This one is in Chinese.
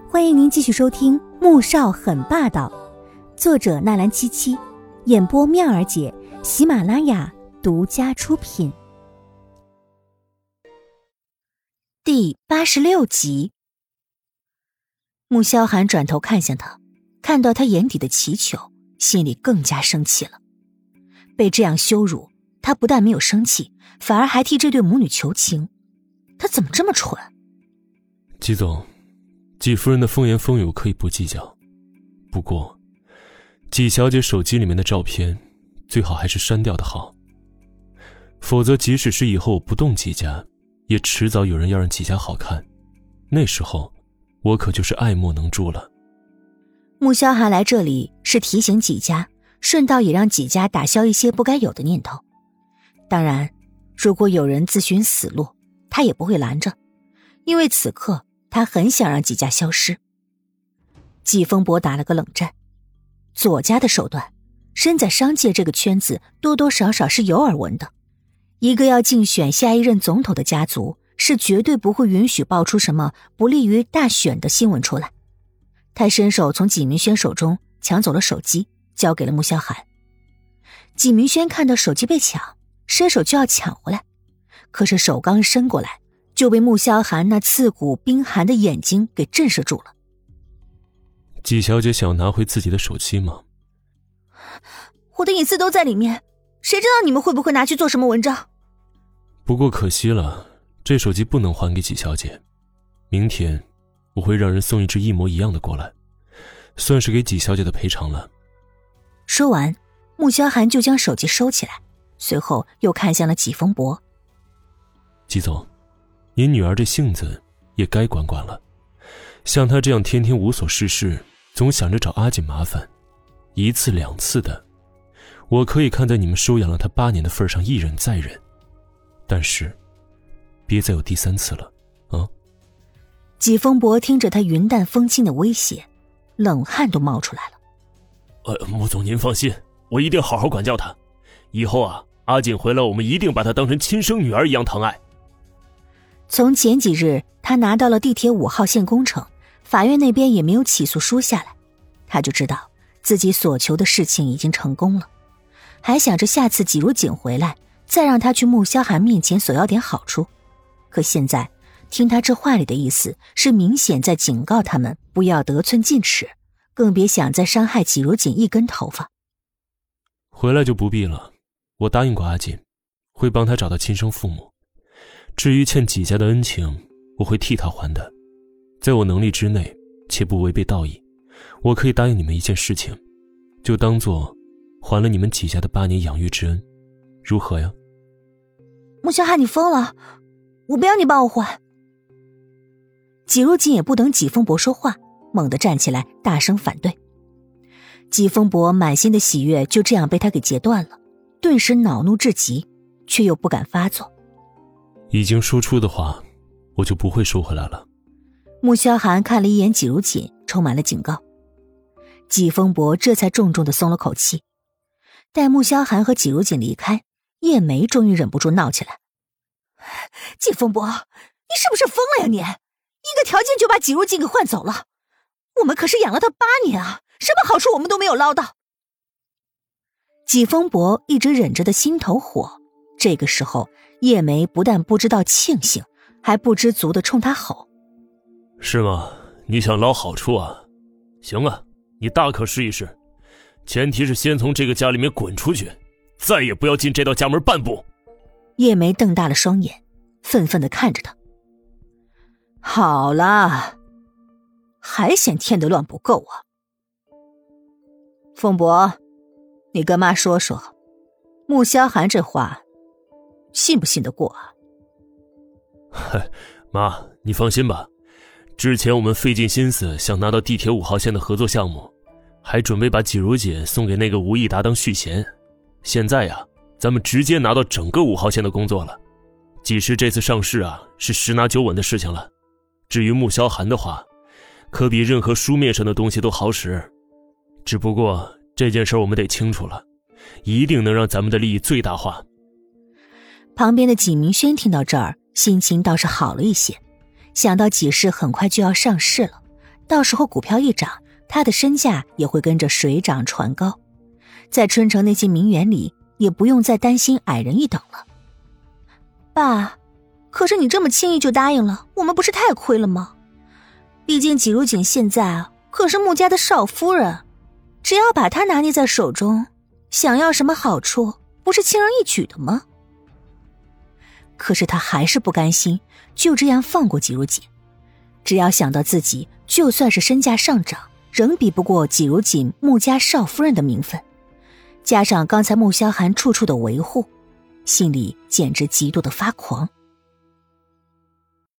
欢迎您继续收听《穆少很霸道》，作者纳兰七七，演播妙儿姐，喜马拉雅独家出品。第86集。穆萧寒转头看向他，看到他眼底的祈求，心里更加生气了。被这样羞辱，他不但没有生气，反而还替这对母女求情。他怎么这么蠢？ 季总，季夫人的风言风语我可以不计较，不过季小姐手机里面的照片最好还是删掉的好，否则即使是以后我不动季家，也迟早有人要让季家好看，那时候我可就是爱莫能助了。 穆萧寒来这里是提醒季家，顺道也让季家打消一些不该有的念头。当然，如果有人自寻死路，他也不会拦着，因为此刻他很想让季家消失。季风伯打了个冷战，左家的手段，身在商界这个圈子多多少少是有耳闻的。一个要竞选下一任总统的家族，是绝对不会允许爆出什么不利于大选的新闻出来。他伸手从纪明轩手中抢走了手机，交给了穆萧寒。纪明轩看到手机被抢，伸手就要抢回来，可是手刚伸过来，就被穆萧寒那刺骨冰寒的眼睛给震慑住了。 季小姐想要拿回自己的手机吗？ 我的隐私都在里面，谁知道你们会不会拿去做什么文章？ 不过可惜了，这手机不能还给季小姐。明天我会让人送一只一模一样的过来，算是给季小姐的赔偿了。 说完，穆萧寒就将手机收起来，随后又看向了季风伯。 季总，您女儿这性子也该管管了，像她这样天天无所事事，总想着找阿锦麻烦，一次两次的，我可以看在你们收养了她8年的份上一忍再忍，但是别再有第3次了啊！ 季风伯听着他云淡风轻的威胁，冷汗都冒出来了。 穆总您放心，我一定好好管教她，以后啊，阿锦回来我们一定把她当成亲生女儿一样疼爱。 从前几日他拿到了地铁5号线工程，法院那边也没有起诉书下来，他就知道自己所求的事情已经成功了，还想着下次季如锦回来再让他去穆萧寒面前索要点好处。可现在听他这话里的意思，是明显在警告他们不要得寸进尺，更别想再伤害季如锦一根头发。 回来就不必了，我答应过阿锦，会帮他找到亲生父母。至于欠季家的恩情，我会替他还的，在我能力之内，且不违背道义。我可以答应你们一件事情，就当做还了你们季家的8年养育之恩，如何呀？ 穆萧寒，你疯了，我不要你帮我还。季如锦也不等季风伯说话，猛地站起来大声反对。季风伯满心的喜悦就这样被他给截断了，顿时恼怒至极，却又不敢发作。 已经说出的话，我就不会收回来了。 穆萧寒看了一眼季如锦，充满了警告。季风伯这才重重地松了口气。待穆萧寒和季如锦离开，叶梅终于忍不住闹起来：季风伯，你是不是疯了呀你？一个条件就把季如锦给换走了，我们可是养了他8年啊，什么好处我们都没有捞到。季风伯一直忍着的心头火，这个时候叶梅不但不知道庆幸，还不知足地冲他吼： 是吗？你想捞好处啊？行啊，你大可试一试，前提是先从这个家里面滚出去，再也不要进这道家门半步。 叶梅瞪大了双眼，愤愤地看着他。好了，还嫌添得乱不够啊？风伯，你跟妈说说，穆萧寒这话信不信得过啊？ 妈，你放心吧，之前我们费尽心思想拿到地铁5号线的合作项目，还准备把季如锦送给那个吴益达当续弦，现在呀，咱们直接拿到整个5号线的工作了。季氏这次上市啊，是10拿9稳的事情了。至于穆萧寒的话，可比任何书面上的东西都好使。只不过这件事我们得清楚了，一定能让咱们的利益最大化。 旁边的纪明轩听到这儿，心情倒是好了一些，想到季氏很快就要上市了， 到时候股票一涨，他的身价也会跟着水涨船高，在春城那些名媛里也不用再担心矮人一等了。爸，可是你这么轻易就答应了，我们不是太亏了吗？毕竟季如锦现在可是穆家的少夫人，只要把她拿捏在手中，想要什么好处不是轻而易举的吗？可是他还是不甘心就这样放过季如锦，只要想到自己就算是身价上涨，仍比不过季如锦穆家少夫人的名分，加上刚才穆萧寒处处的维护，心里简直极度的发狂。